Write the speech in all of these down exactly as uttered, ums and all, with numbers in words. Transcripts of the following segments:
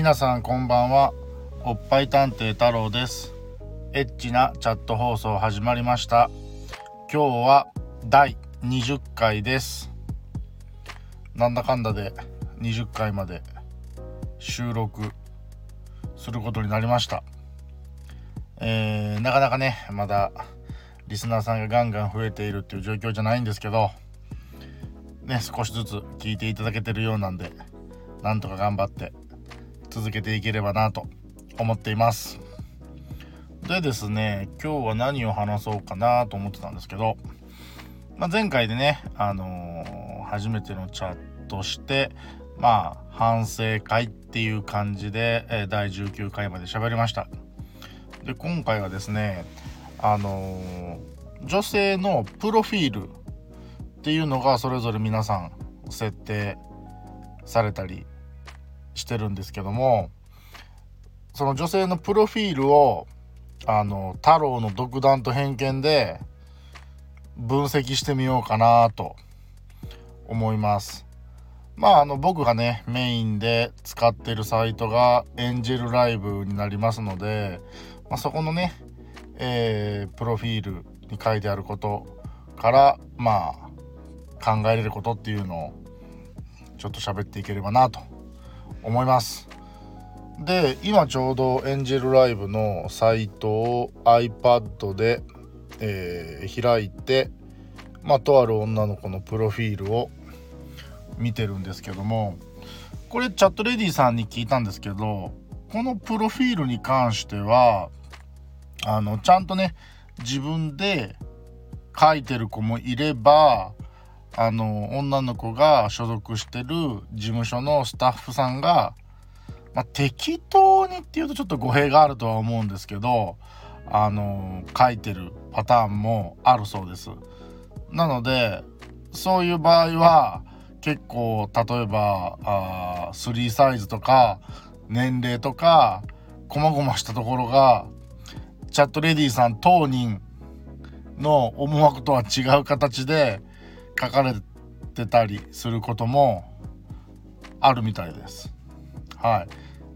皆さんこんばんは。おっぱい探偵太郎です。エッチなチャット放送始まりました。今日はだいにじゅっかいです。なんだかんだでにじゅっかいまで収録することになりました。えー、なかなかねまだリスナーさんがガンガン増えているっていう状況じゃないんですけどね、少しずつ聞いていただけてるようなんで、なんとか頑張って続けていければなと思っています。でですね、今日は何を話そうかなと思ってたんですけど、まあ、前回でね、あのー、初めてのチャットしてまあ反省会っていう感じで、えー、だいじゅうきゅうかいまで喋りました。で今回はですね、あのー、女性のプロフィールっていうのがそれぞれ皆さん設定されたりしてるんですけども、その女性のプロフィールをあの太郎の独断と偏見で分析してみようかなと思います。まああの僕がねメインで使ってるサイトがエンジェルライブになりますので、まあ、そこのね、えー、プロフィールに書いてあることからまあ考えれることっていうのをちょっと喋っていければなと思います。で今ちょうどエンジェルライブのサイトを iPad で、えー、開いて、まあ、とある女の子のプロフィールを見てるんですけども、これチャットレディさんに聞いたんですけど、このプロフィールに関してはあのちゃんとね自分で書いてる子もいれば、あの女の子が所属してる事務所のスタッフさんが、まあ、適当にっていうとちょっと語弊があるとは思うんですけど、あの書いてるパターンもあるそうです。なのでそういう場合は結構例えばあスリーサイズとか年齢とか細々したところがチャットレディさん当人の思惑とは違う形で書かれてたりすることもあるみたいです。はい、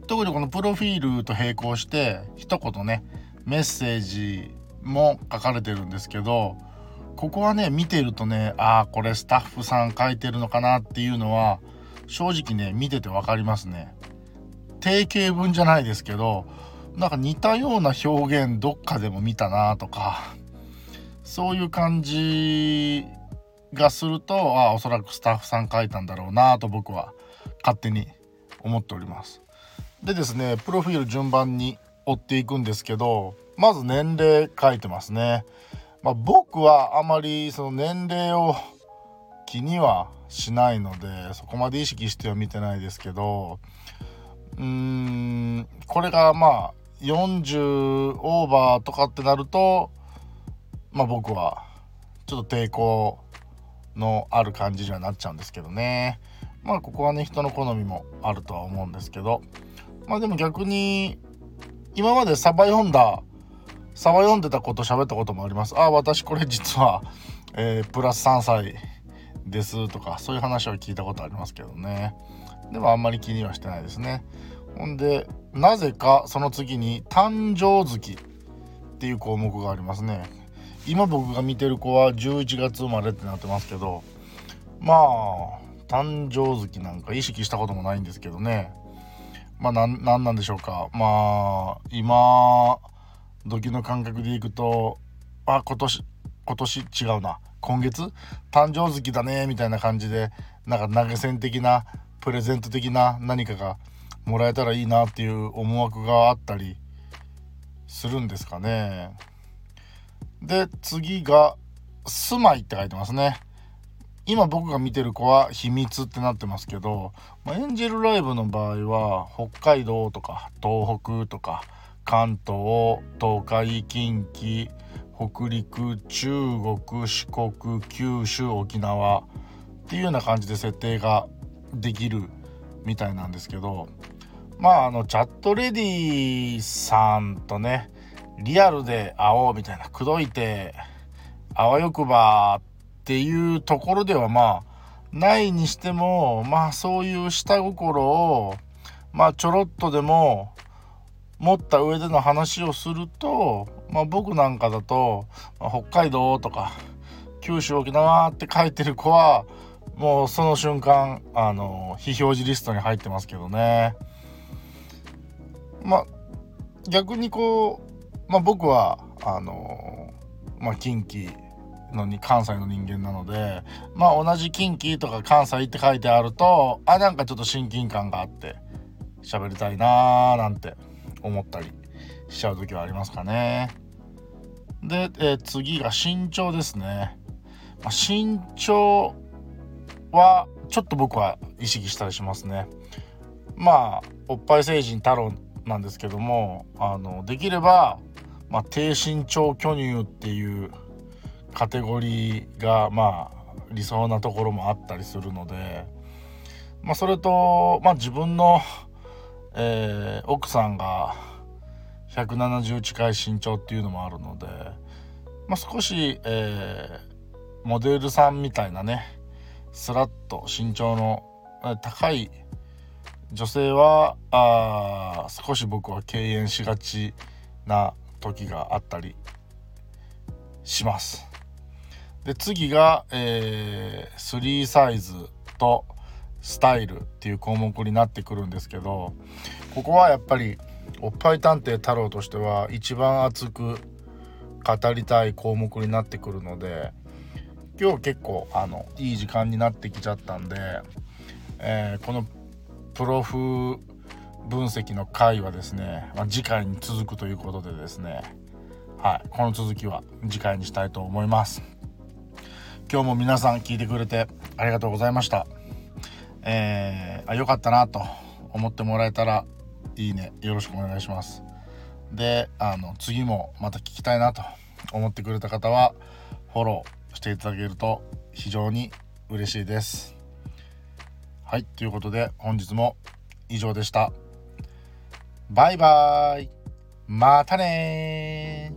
特にこのプロフィールと並行して一言ねメッセージも書かれてるんですけど、ここはね見てるとね、ああこれスタッフさん書いてるのかなっていうのは正直ね見てて分かりますね。定型文じゃないですけど、なんか似たような表現どっかでも見たなとか、そういう感じがすると、ああおそらくスタッフさん書いたんだろうなと僕は勝手に思っております。でですね、プロフィール順番に追っていくんですけど、まず年齢書いてますね。まあ、僕はあまりその年齢を気にはしないのでそこまで意識しては見てないですけど、うーんこれがまあよんじゅうオーバーとかってなると、まあ僕はちょっと抵抗のある感じにはなっちゃうんですけどね。まあここはね人の好みもあるとは思うんですけど、まあでも逆に今までサバ読んだサバ読んでたこと喋ったこともあります。あ、私これ実は、えー、プラスさんさいですとかそういう話は聞いたことありますけどね。でもあんまり気にはしてないですね。ほんでなぜかその次に誕生月っていう項目がありますね。今僕が見てる子はじゅういちがつ生まれってなってますけど、まあ誕生月なんか意識したこともないんですけどね。まあなんなんなんでしょうか。まあ今時の感覚でいくと、あ今年今年違うな今月誕生月だねみたいな感じで、なんか投げ銭的なプレゼント的な何かがもらえたらいいなっていう思惑があったりするんですかね。で次が住まいって書いてますね。今僕が見てる子は秘密ってなってますけど、まあ、エンジェルライブの場合は北海道とか東北とか関東、東海、近畿、北陸、中国、四国、九州、沖縄っていうような感じで設定ができるみたいなんですけど、まああのチャットレディさんとねリアルで会おうみたいな、口説いてあわよくばっていうところではまあないにしても、まあそういう下心をまあちょろっとでも持った上での話をすると、まあ、僕なんかだと、まあ、北海道とか九州沖縄って書いてる子はもうその瞬間あの非表示リストに入ってますけどね。まあ逆にこう、まあ、僕はあの、まあ、近畿のに関西の人間なので、まあ同じ近畿とか関西って書いてあると、あなんかちょっと親近感があって喋りたいなーなんて思ったりしちゃう時はありますかね。で、えー、次が身長ですね。まあ、身長はちょっと僕は意識したりしますね。まあおっぱい成人太郎なんですけども、あのできれば、まあ、低身長巨乳っていうカテゴリーがまあ理想なところもあったりするので、まあ、それと、まあ、自分の、えー、奥さんがひゃくななじゅう近い身長っていうのもあるので、まあ、少し、えー、モデルさんみたいなねスラッと身長の高い女性はあ少し僕は敬遠しがちな時があったりします。で次が、えー、スリーサイズとスタイルっていう項目になってくるんですけど、ここはやっぱりおっぱい探偵太郎としては一番熱く語りたい項目になってくるので、今日結構あのいい時間になってきちゃったんで、えー、このプロフ分析の回はですね、まあ、次回に続くということでですね、はい、この続きは次回にしたいと思います。今日も皆さん聞いてくれてありがとうございました。えー、あ良かったなと思ってもらえたらいいねよろしくお願いします。で、あの次もまた聞きたいなと思ってくれた方はフォローしていただけると非常に嬉しいです。はい、ということで本日も以上でした。バイバイ、またね。